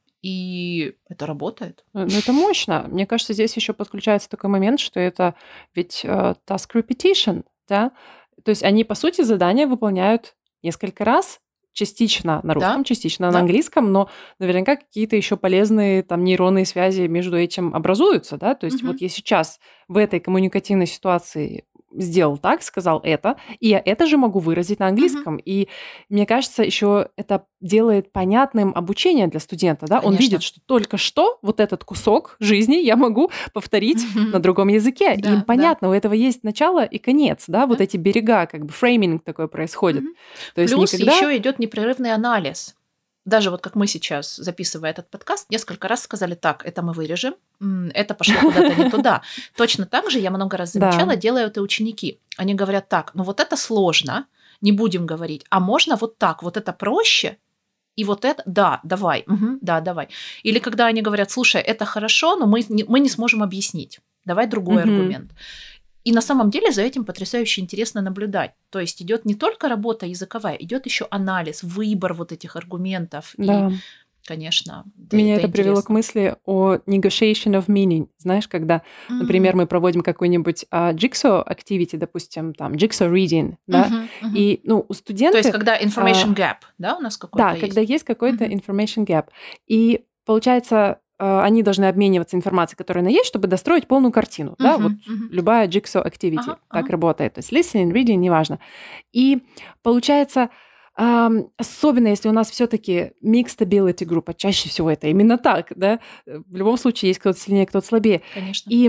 И это работает. Ну, это мощно. Мне кажется, здесь еще подключается такой момент, что это ведь uh, task repetition, да? То есть они, по сути, задания выполняют несколько раз, частично на русском, да? частично да. на английском, но наверняка какие-то еще полезные там нейронные связи между этим образуются, да? То есть угу. вот я сейчас в этой коммуникативной ситуации сделал так, сказал это, и я это же могу выразить на английском. Uh-huh. И мне кажется, еще это делает понятным обучение для студента. Да? Он видит, что только что вот этот кусок жизни я могу повторить uh-huh. на другом языке. Да, и им понятно, да. у этого есть начало и конец. Да? Да. Вот эти берега, как бы фрейминг такой происходит. Uh-huh. То есть Плюс никогда... еще идет непрерывный анализ. Даже вот как мы сейчас, записывая этот подкаст, несколько раз сказали, так, это мы вырежем, это пошло куда-то не туда. Точно так же я много раз замечала, да. делают это ученики. Они говорят, так, ну вот это сложно, не будем говорить, а можно вот так, вот это проще, и вот это, да, давай, угу, да, давай. Или когда они говорят, слушай, это хорошо, но мы не, мы не сможем объяснить, давай другой угу. аргумент. И на самом деле за этим потрясающе интересно наблюдать. То есть идет не только работа языковая, идет еще анализ, выбор вот этих аргументов. Да. И, конечно, меня это, это привело к мысли о negotiation of meaning. Знаешь, когда, mm-hmm. например, мы проводим какой-нибудь uh, jigsaw activity, допустим, там jigsaw reading, да, mm-hmm, mm-hmm. и ну у студентов. То есть когда information gap, uh, да, у нас какой-то да, есть. Да, когда есть какой-то mm-hmm. information gap, и получается они должны обмениваться информацией, которая она есть, чтобы достроить полную картину. Uh-huh, да? Вот uh-huh. любая jigsaw activity uh-huh, так uh-huh. работает. То есть listening, reading, неважно. И получается, эм, особенно если у нас все-таки mixed ability группа, чаще всего это именно так, да? В любом случае есть кто-то сильнее, кто-то слабее. Конечно. И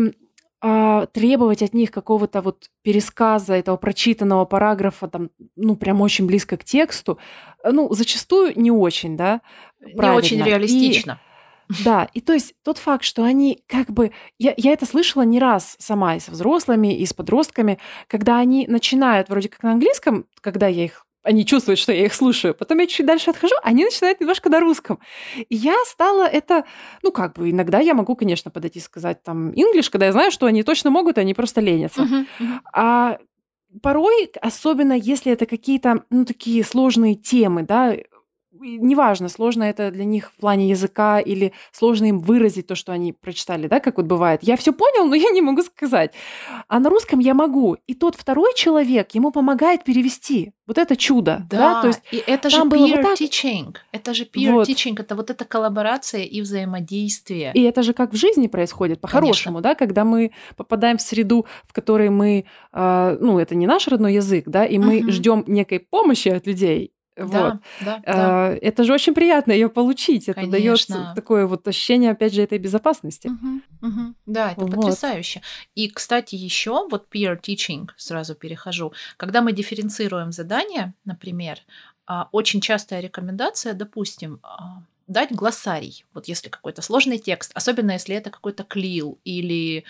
э, требовать от них какого-то вот пересказа этого прочитанного параграфа, там, ну, прям очень близко к тексту, ну, зачастую не очень, да, правильно. Не очень реалистично. И да, и то есть тот факт, что они как бы... Я, я это слышала не раз сама и со взрослыми, и с подростками, когда они начинают вроде как на английском, когда я их... Они чувствуют, что я их слушаю, потом я чуть дальше отхожу, они начинают немножко на русском. И я стала это... Ну, как бы иногда я могу, конечно, подойти и сказать там English, когда я знаю, что они точно могут, они просто ленятся. Uh-huh, uh-huh. А порой, особенно если это какие-то, ну, такие сложные темы, да, неважно, сложно это для них в плане языка или сложно им выразить то, что они прочитали, да, как вот бывает. Я все понял, но я не могу сказать. А на русском я могу. И тот второй человек ему помогает перевести. Вот это чудо. Да, да? То есть и это же peer вот teaching. Это же peer вот. teaching. Это вот эта коллаборация и взаимодействие. И это же как в жизни происходит, по-хорошему, да, когда мы попадаем в среду, в которой мы, э, ну, это не наш родной язык, да, и мы uh-huh. ждем некой помощи от людей. Вот. Да, да, да. Это же очень приятно ее получить. Это дает такое вот ощущение, опять же, этой безопасности. Угу, угу. Да, это вот. Потрясающе. И, кстати, еще вот peer teaching, сразу перехожу. Когда мы дифференцируем задания, например, очень частая рекомендация, допустим, дать глоссарий. Вот если какой-то сложный текст, особенно если это какой-то клил или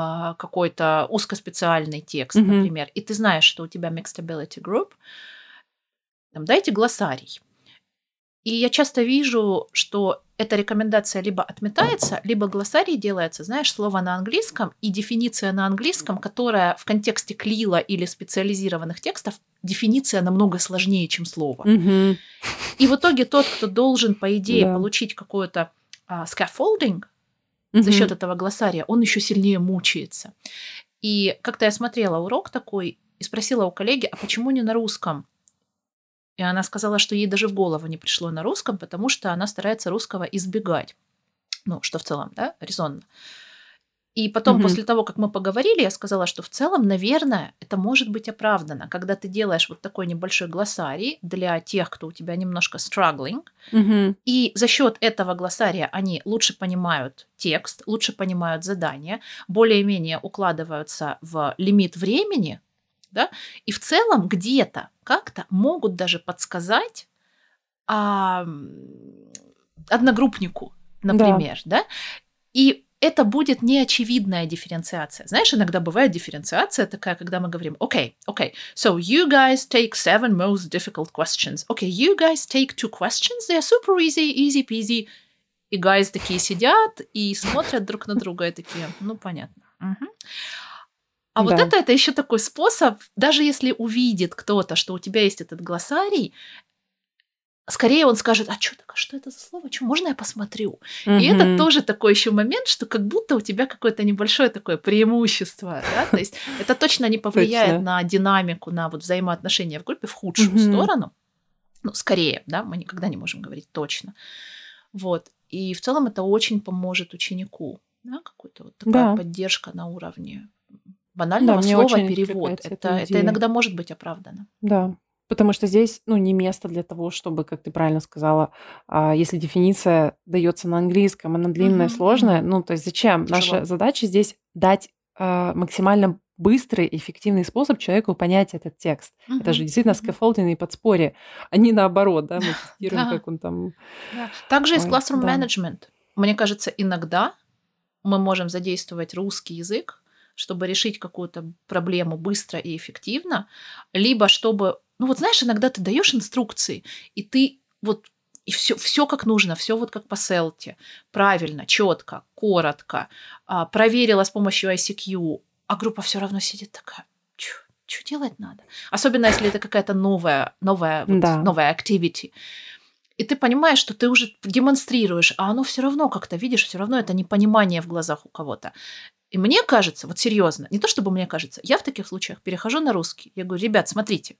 какой-то узкоспециальный текст, угу. например, и ты знаешь, что у тебя mixed ability group, там, дайте глоссарий. И я часто вижу, что эта рекомендация либо отметается, либо глоссарий делается, знаешь, слово на английском и дефиниция на английском, которая в контексте клила или специализированных текстов, дефиниция намного сложнее, чем слово. Mm-hmm. И в итоге тот, кто должен, по идее, yeah. получить какое-то а, scaffolding mm-hmm. за счет этого глоссария, он еще сильнее мучается. И как-то я смотрела урок такой и спросила у коллеги, а почему не на русском? И она сказала, что ей даже в голову не пришло на русском, потому что она старается русского избегать. Ну, что в целом, да, резонно. И потом, Мгм. после того, как мы поговорили, я сказала, что в целом, наверное, это может быть оправдано, когда ты делаешь вот такой небольшой глоссарий для тех, кто у тебя немножко struggling, Мгм. и за счет этого глоссария они лучше понимают текст, лучше понимают задание, более-менее укладываются в лимит времени, да, и в целом где-то как-то могут даже подсказать а, м, одногруппнику, Да. например, да, и это будет неочевидная дифференциация. Знаешь, иногда бывает дифференциация такая, когда мы говорим, окей, окей, so you guys take seven most difficult questions. Okay, you guys take two questions, they're super easy, easy peasy. И guys такие сидят и смотрят друг на друга и такие, ну, понятно. Мгм. А вот Да. это, это еще такой способ, даже если увидит кто-то, что у тебя есть этот глоссарий, скорее он скажет, а что так, а что это за слово, что, можно я посмотрю? И это Мгм. тоже такой еще момент, что как будто у тебя какое-то небольшое такое преимущество, да, то есть это точно не повлияет Точно. на динамику, на вот взаимоотношения в группе в худшую Мгм. сторону, ну, скорее, да, мы никогда не можем говорить точно, вот, и в целом это очень поможет ученику, да, какая-то вот такая Да. поддержка на уровне Да, банального мне слова очень перевод, откликается это, эта это идея. иногда может быть оправдано. Да. Потому что здесь, ну, не место для того, чтобы, как ты правильно сказала, а, если дефиниция дается на английском, она длинная, Мгм, сложная, мгм. ну, то есть зачем? Тяжело. Наша задача здесь дать а, максимально быстрый, эффективный способ человеку понять этот текст. Это же Мгм, действительно мгм. скаффолдинг и подспорье, а не наоборот, да, мы тестируем, Да, как он там... да. Также есть Ой, classroom да. management. Мне кажется, иногда мы можем задействовать русский язык, чтобы решить какую-то проблему быстро и эффективно, либо чтобы, ну вот знаешь, иногда ты даешь инструкции, и ты вот и все, все как нужно, все вот как по селте, правильно, четко, коротко, а, проверила с помощью ай си кью, а группа все равно сидит такая, что делать надо? Особенно если это какая-то новая, новая, вот, Да. новая activity. И ты понимаешь, что ты уже демонстрируешь, а оно все равно как-то, видишь, все равно это непонимание в глазах у кого-то. И мне кажется, вот серьезно, не то чтобы мне кажется, я в таких случаях перехожу на русский. Я говорю, ребят, смотрите,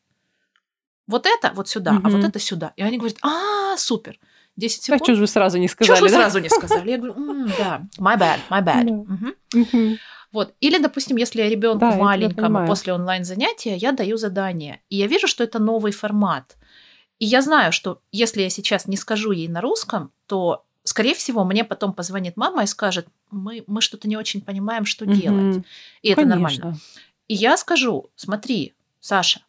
вот это вот сюда, а вот Мгм. это сюда. И они говорят, а, супер, десять А что секунд. же вы сразу не Чего же вы сказали, да? сразу не сказали? Я говорю, «М, да, my bad, my bad. Да. Мгм. Мгм. Вот. Или, допустим, если я ребенку Да, я тебя маленькому понимаю. после онлайн-занятия, я даю задание, и я вижу, что это новый формат. И я знаю, что если я сейчас не скажу ей на русском, то, скорее всего, мне потом позвонит мама и скажет, мы, мы что-то не очень понимаем, что делать. Мгм. И это нормально. Конечно. И я скажу, смотри, Саша,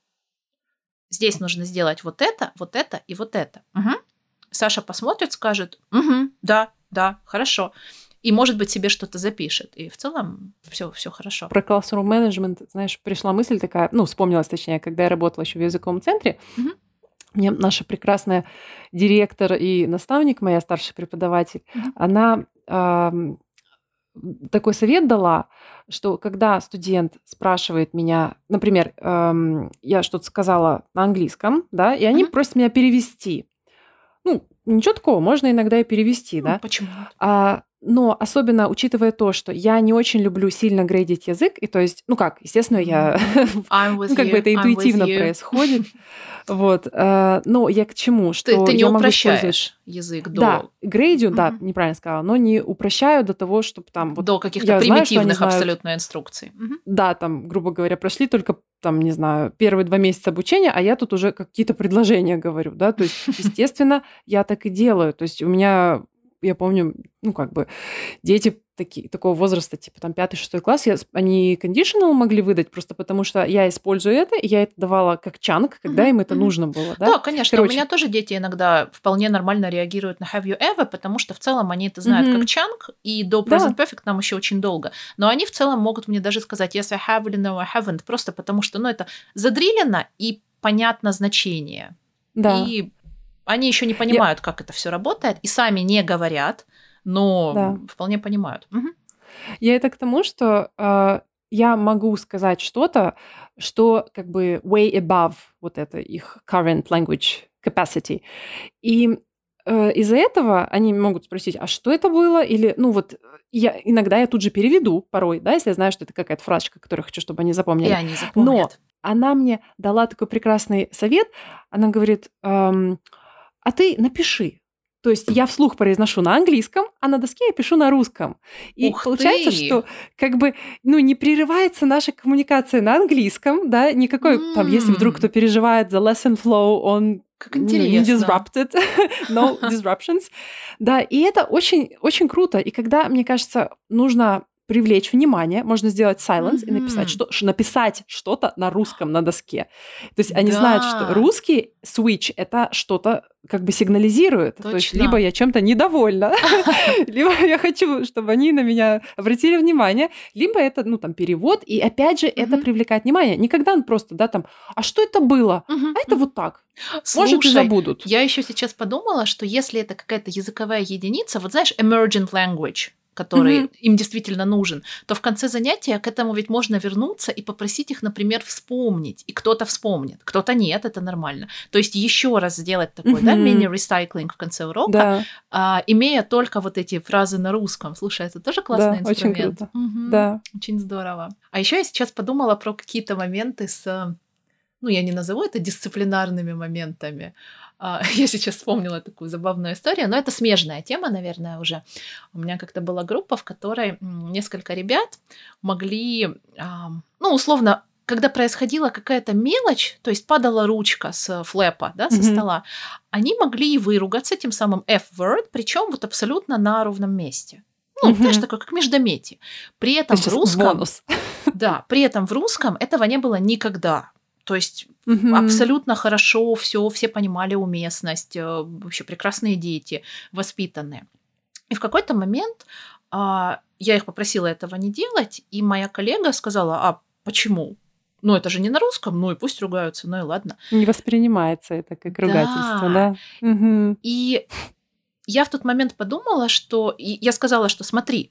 здесь нужно сделать вот это, вот это и вот это. Мгм. Саша посмотрит, скажет, «Мгм, да, да, хорошо». И, может быть, себе что-то запишет. И в целом все, все хорошо. Про classroom management, знаешь, пришла мысль такая, ну, вспомнилась точнее, когда я работала еще в языковом центре, Мгм. мне наша прекрасная директор и наставник, моя старший преподаватель, Мгм. она ам, такой совет дала, что когда студент спрашивает меня, например, ам, я что-то сказала на английском, да, и они Мгм. просят меня перевести. Ну, ничего такого, можно иногда и перевести, Ну, да. почему нет? А, но особенно учитывая то, что я не очень люблю сильно грейдить язык, и то есть, ну как, естественно, я, I'm with ну как бы you, это I'm with интуитивно you. происходит, вот, э, но я к чему, Ты, что ты не я могу использовать, упрощаешь язык да, до, грейдю, да, Мгм. неправильно сказала, но не упрощаю до того, чтобы там, вот, до каких-то я знаю, что они примитивных знают, абсолютно инструкций. Мгм. да, там, грубо говоря, прошли только, там, не знаю, первые два месяца обучения, а я тут уже какие-то предложения говорю, да, то есть, естественно, я так и делаю, то есть у меня, я помню, ну, как бы, дети такие, такого возраста, типа там пятый, шестой класс, я, с- они conditional могли выдать просто потому, что я использую это, и я это давала как чанк, когда Мгм, им это мгм. нужно было, да. Да, конечно, у Короче, меня тоже дети иногда вполне нормально реагируют на have you ever, потому что в целом они это знают как мгм, чанк, и до да, present perfect нам еще очень долго. Но они в целом могут мне даже сказать yes, I have или no, I haven't, просто потому что, ну, это задрилено и понятно значение. да, И они еще не я, понимают, как это все работает, и сами не говорят, но да. м, вполне понимают. Мгм. Я это к тому, что э, я могу сказать что-то, что как бы way above вот это их current language capacity. И э, из-за этого они могут спросить, а что это было? Или, ну вот, э, я, иногда я тут же переведу порой, да, если я знаю, что это какая-то фразочка, которую хочу, чтобы они И запомнили. они Но запомнят. она мне дала такой прекрасный совет. Она говорит, эм, а ты напиши. То есть я вслух произношу на английском, а на доске я пишу на русском. И Ух получается, ты! что как бы, ну, не прерывается наша коммуникация на английском, да, никакой, там, если вдруг кто М, переживает за lesson flow, он Как ну, не интересно. disrupted, no disruptions. Да, и это очень, очень круто. И когда, мне кажется, нужно привлечь внимание, можно сделать silence и написать, Мгм. что, ш- написать что-то на русском на доске. То есть они знают, что Да, русский switch это что-то как бы сигнализирует. То есть либо точно. я чем-то недовольна, либо я хочу, чтобы они на меня обратили внимание, либо это, ну, там, перевод, и опять же это Мгм, привлекает внимание. Никогда он просто, да, там, а что это было? мгм, А это мгм. вот так. Может, и Слушай, забудут. я еще сейчас подумала, что если это какая-то языковая единица, вот знаешь, emergent language, который Мгм. им действительно нужен, то в конце занятия к этому ведь можно вернуться и попросить их, например, вспомнить. И кто-то вспомнит, кто-то нет, это нормально. То есть еще раз сделать такой, да, Мгм. мини-ресайклинг в конце урока, Да, а, имея только вот эти фразы на русском. Слушай, это тоже классный да, очень инструмент. круто. Мгм. Да. Очень здорово. А еще я сейчас подумала про какие-то моменты с, ну, я не назову это дисциплинарными моментами. А, Я сейчас вспомнила такую забавную историю, но это смежная тема, наверное, уже. У меня как-то была группа, в которой м, несколько ребят могли, ам, ну, условно, когда происходила какая-то мелочь, то есть падала ручка с флэпа, да, со Мгм. стола, они могли выругаться тем самым F-word, причем вот абсолютно на ровном месте. Ну, знаешь, Мгм. такое, как междометие. При Это этом в сейчас русском, бонус. да, при этом в русском этого не было никогда. То есть Мгм. абсолютно хорошо все, все понимали уместность, э, вообще прекрасные дети, воспитанные. И в какой-то момент а, я их попросила этого не делать, и моя коллега сказала, а почему? Ну, это же не на русском, ну и пусть ругаются, ну и ладно. Не воспринимается это как ругательство, Да, да? Мгм. и я в тот момент подумала, что... И я сказала, что смотри,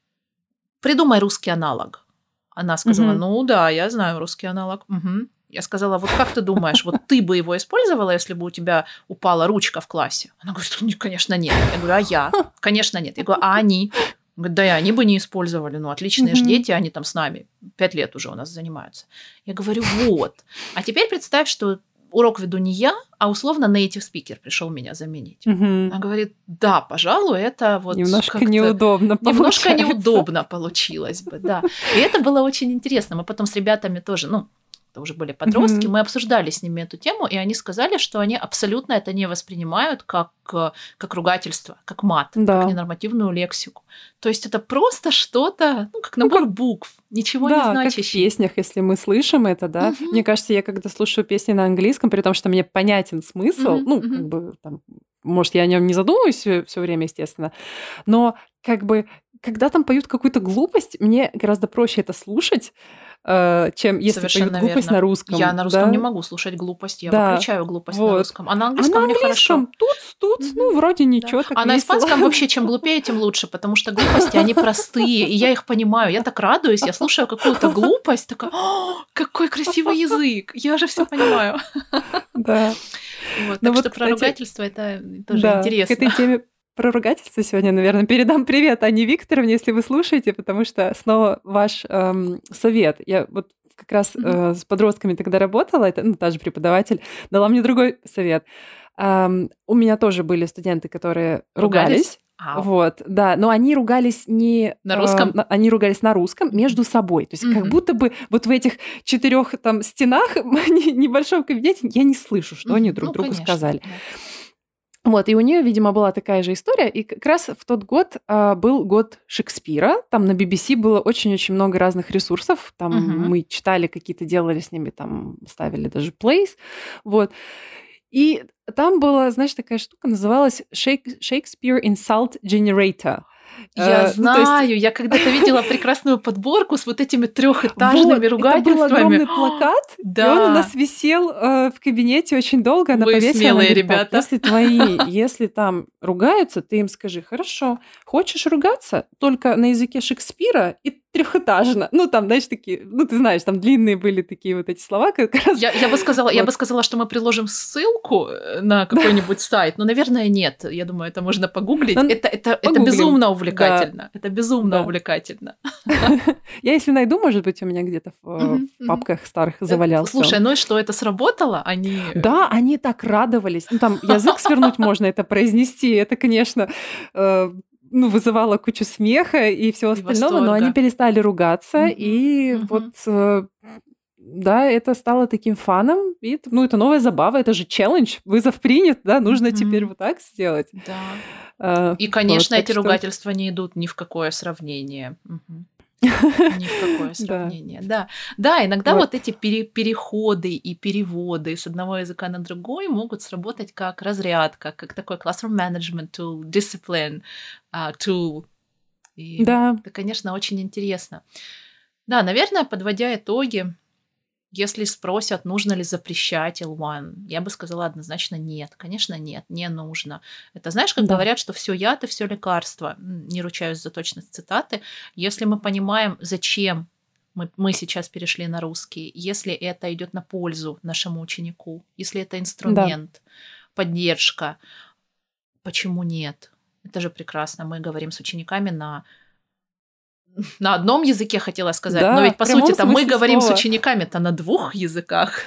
придумай русский аналог. Она сказала, Мгм. ну да, я знаю русский аналог. Мгм. Я сказала, вот как ты думаешь, вот ты бы его использовала, если бы у тебя упала ручка в классе? Она говорит, «Ну, конечно, нет. Я говорю, а я? Конечно, нет. Я говорю, а они? Она говорит, да и они бы не использовали. Ну, отличные же Мгм. дети, они там с нами пять лет уже у нас занимаются. Я говорю, вот. А теперь представь, что урок веду не я, а условно native speaker пришел меня заменить. Мгм. Она говорит, да, пожалуй, это вот Немножко как-то неудобно немножко получается. неудобно получилось бы, да. И это было очень интересно. Мы потом с ребятами тоже, ну, это уже были подростки, Мгм. мы обсуждали с ними эту тему, и они сказали, что они абсолютно это не воспринимают как, э, как ругательство, как мат, как Да. ненормативную лексику. То есть это просто что-то, ну, как Ну, набор как букв, ничего не да, как в значащий. песнях, если мы слышим это, да. Мгм, Мне кажется, я когда слушаю песни на английском, при том, что мне понятен смысл, мгм, ну, как мгм. бы там, может, я о нем не задумываюсь все время, естественно, но как бы когда там поют какую-то глупость, мне гораздо проще это слушать, э, чем если поют Совершенно глупость верно. на Я русском, на русском не да. могу слушать глупость, я Да, выключаю глупость на вот. русском, а на А английском на мне хорошо. английском туц-туц, ну, Мгм. вроде Да. ничего, так А на весело. испанском вообще чем глупее, тем лучше, потому что глупости, они простые, и я их понимаю. Я так радуюсь, я слушаю какую-то глупость, такая, «О, какой красивый язык, я же все понимаю. Да. Вот, Ну так вот, что про кстати, ругательство это тоже да, к этой интересно. теме про ругательство сегодня, наверное, передам привет Ане Викторовне, если вы слушаете, потому что снова ваш эм, совет. Я вот как раз Мгм. э, с подростками тогда работала, это, ну, та же преподаватель, дала мне другой совет. Ам, у меня тоже были студенты, которые Ругались? ругались. Ау. Вот, да, но они ругались не... На э, русском? на- они ругались на русском Мгм. между собой. То есть как Мгм. будто бы вот в этих четырех там стенах не- небольшом кабинете я не слышу, что они Мгм. друг Ну, другу конечно, сказали. да. Вот, и у нее, видимо, была такая же история. И как раз в тот год а, был год Шекспира. Там на би би си было очень-очень много разных ресурсов. Там Мгм. мы читали какие-то, делали с ними, там ставили даже plays. Вот. И там была, знаешь, такая штука, называлась Shake- Shakespeare Insult Generator. Я Э, ну, то есть знаю, я когда-то видела прекрасную подборку с вот этими трехэтажными вот, это был ругательствами. огромный плакат, и он у нас Да, висел э, в кабинете очень долго. Она вы повесила, она смелые говорит, так, ребята. если твои, если там ругаются, ты им скажи, хорошо, хочешь ругаться только на языке Шекспира и трехэтажно. Ну, там, знаешь, такие, ну, ты знаешь, там длинные были такие вот эти слова, как раз. Я, я, бы сказала, вот. я бы сказала, что мы приложим ссылку на какой-нибудь сайт, но, наверное, нет. Я думаю, это можно погуглить. Но это, это, это безумно увлекательно. Да. Это безумно да. увлекательно. Я, если найду, может быть, у меня где-то в, mm-hmm. в папках старых завалялся. Слушай, ну и что, это сработало? Они... Да, они так радовались. Ну, там язык свернуть можно это произнести. Это, конечно... ну, вызывало кучу смеха и всего остального, но они перестали ругаться, mm-hmm. и mm-hmm. вот, да, это стало таким фаном, и, ну, это новая забава, это же челлендж, вызов принят, да, нужно mm-hmm. теперь вот так сделать. Да. А, и, конечно, вот, эти что... ругательства не идут ни в какое сравнение. Mm-hmm. Ни в какое сравнение, да. Да, да иногда вот, вот эти пере- переходы и переводы с одного языка на другой могут сработать как разрядка, как такой classroom management tool, discipline uh, tool. И да. Это, конечно, очень интересно. Да, наверное, подводя итоги, если спросят, нужно ли запрещать эл один, я бы сказала однозначно нет. Конечно, нет, не нужно. Это знаешь, как да. говорят, что все яд и все лекарство. Не ручаюсь за точность цитаты. Если мы понимаем, зачем мы, мы сейчас перешли на русский, если это идет на пользу нашему ученику, если это инструмент, да. поддержка, почему нет? Это же прекрасно. Мы говорим с учениками на... На одном языке, хотела сказать, да, но ведь, по сути-то, мы говорим слова. С учениками-то на двух языках.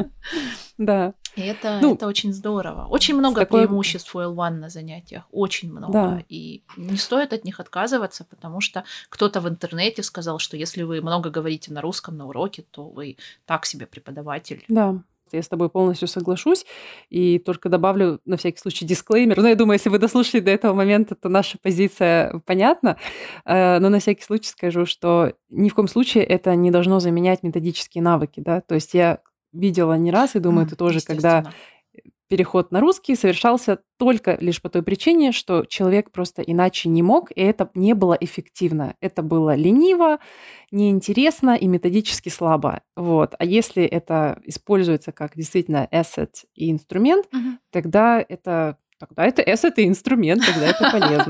Да. И это, ну, это очень здорово. Очень много такой... преимуществ у эл один на занятиях. Очень много. Да. И не стоит от них отказываться, потому что кто-то в интернете сказал, что если вы много говорите на русском на уроке, то вы так себе преподаватель. Да. Я с тобой полностью соглашусь. И только добавлю на всякий случай дисклеймер. Ну, я думаю, если вы дослушали до этого момента, то наша позиция понятна. Но на всякий случай скажу, что ни в коем случае это не должно заменять методические навыки. Да? То есть я видела не раз, и думаю, mm, ты тоже, когда переход на русский совершался только лишь по той причине, что человек просто иначе не мог, и это не было эффективно. Это было лениво, неинтересно и методически слабо. Вот. А если это используется как действительно asset и инструмент, mm-hmm. тогда это... Тогда это asset и инструмент, тогда это полезно.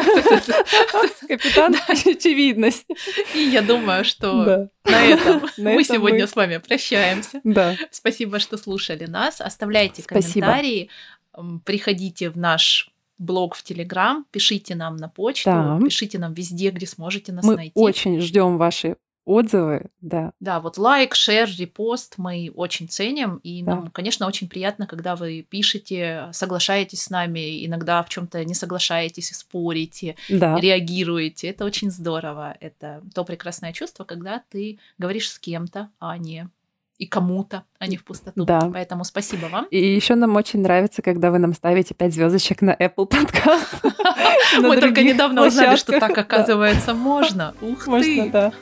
Капитан очевидность. И я думаю, что на этом мы сегодня с вами прощаемся. Спасибо, что слушали нас. Оставляйте комментарии, приходите в наш блог в Телеграм, пишите нам на почту, пишите нам везде, где сможете нас найти. Мы очень ждем ваши отзывы, да. Да, вот лайк, шер, репост мы очень ценим, и да. нам, конечно, очень приятно, когда вы пишете, соглашаетесь с нами, иногда в чем-то не соглашаетесь и спорите, да. реагируете. Это очень здорово. Это то прекрасное чувство, когда ты говоришь с кем-то, а не и кому-то, а не в пустоту. Да. Поэтому спасибо вам. И еще нам очень нравится, когда вы нам ставите пять звездочек на Apple Podcast. Мы только недавно узнали, что так, оказывается, можно. Ух ты! Можно, да.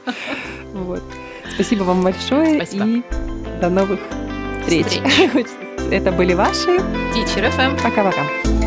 Спасибо вам большое. И до новых встреч. Это были ваши Teacher эф эм. Пока-пока.